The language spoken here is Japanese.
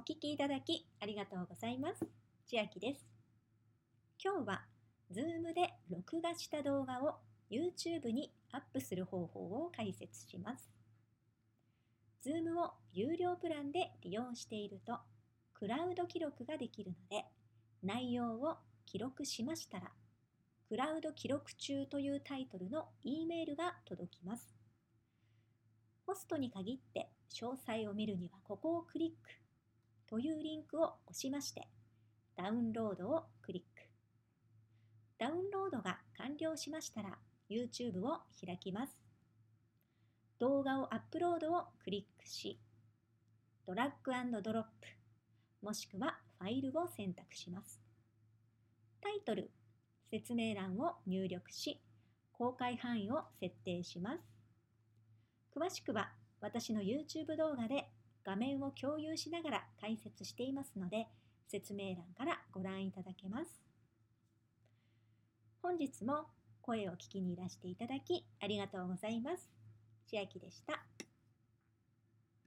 聞きいただきありがとうございます。千秋です。今日は Zoom で録画した動画を YouTube にアップする方法を解説します。Zoom を有料プランで利用しているとクラウド記録ができるので、内容を記録しましたらクラウド記録中というタイトルの E メールが届きます。ホストに限って詳細を見るにはここをクリックというリンクを押しまして、ダウンロードをクリック。ダウンロードが完了しましたら YouTube を開きます。動画をアップロードをクリックし、ドラッグ&ドロップもしくはファイルを選択します。タイトル、説明欄を入力し、公開範囲を設定します。詳しくは私の YouTube 動画で画面を共有しながら解説していますので、説明欄からご覧いただけます。本日も声を聞きにいらしていただきありがとうございます。千秋でした。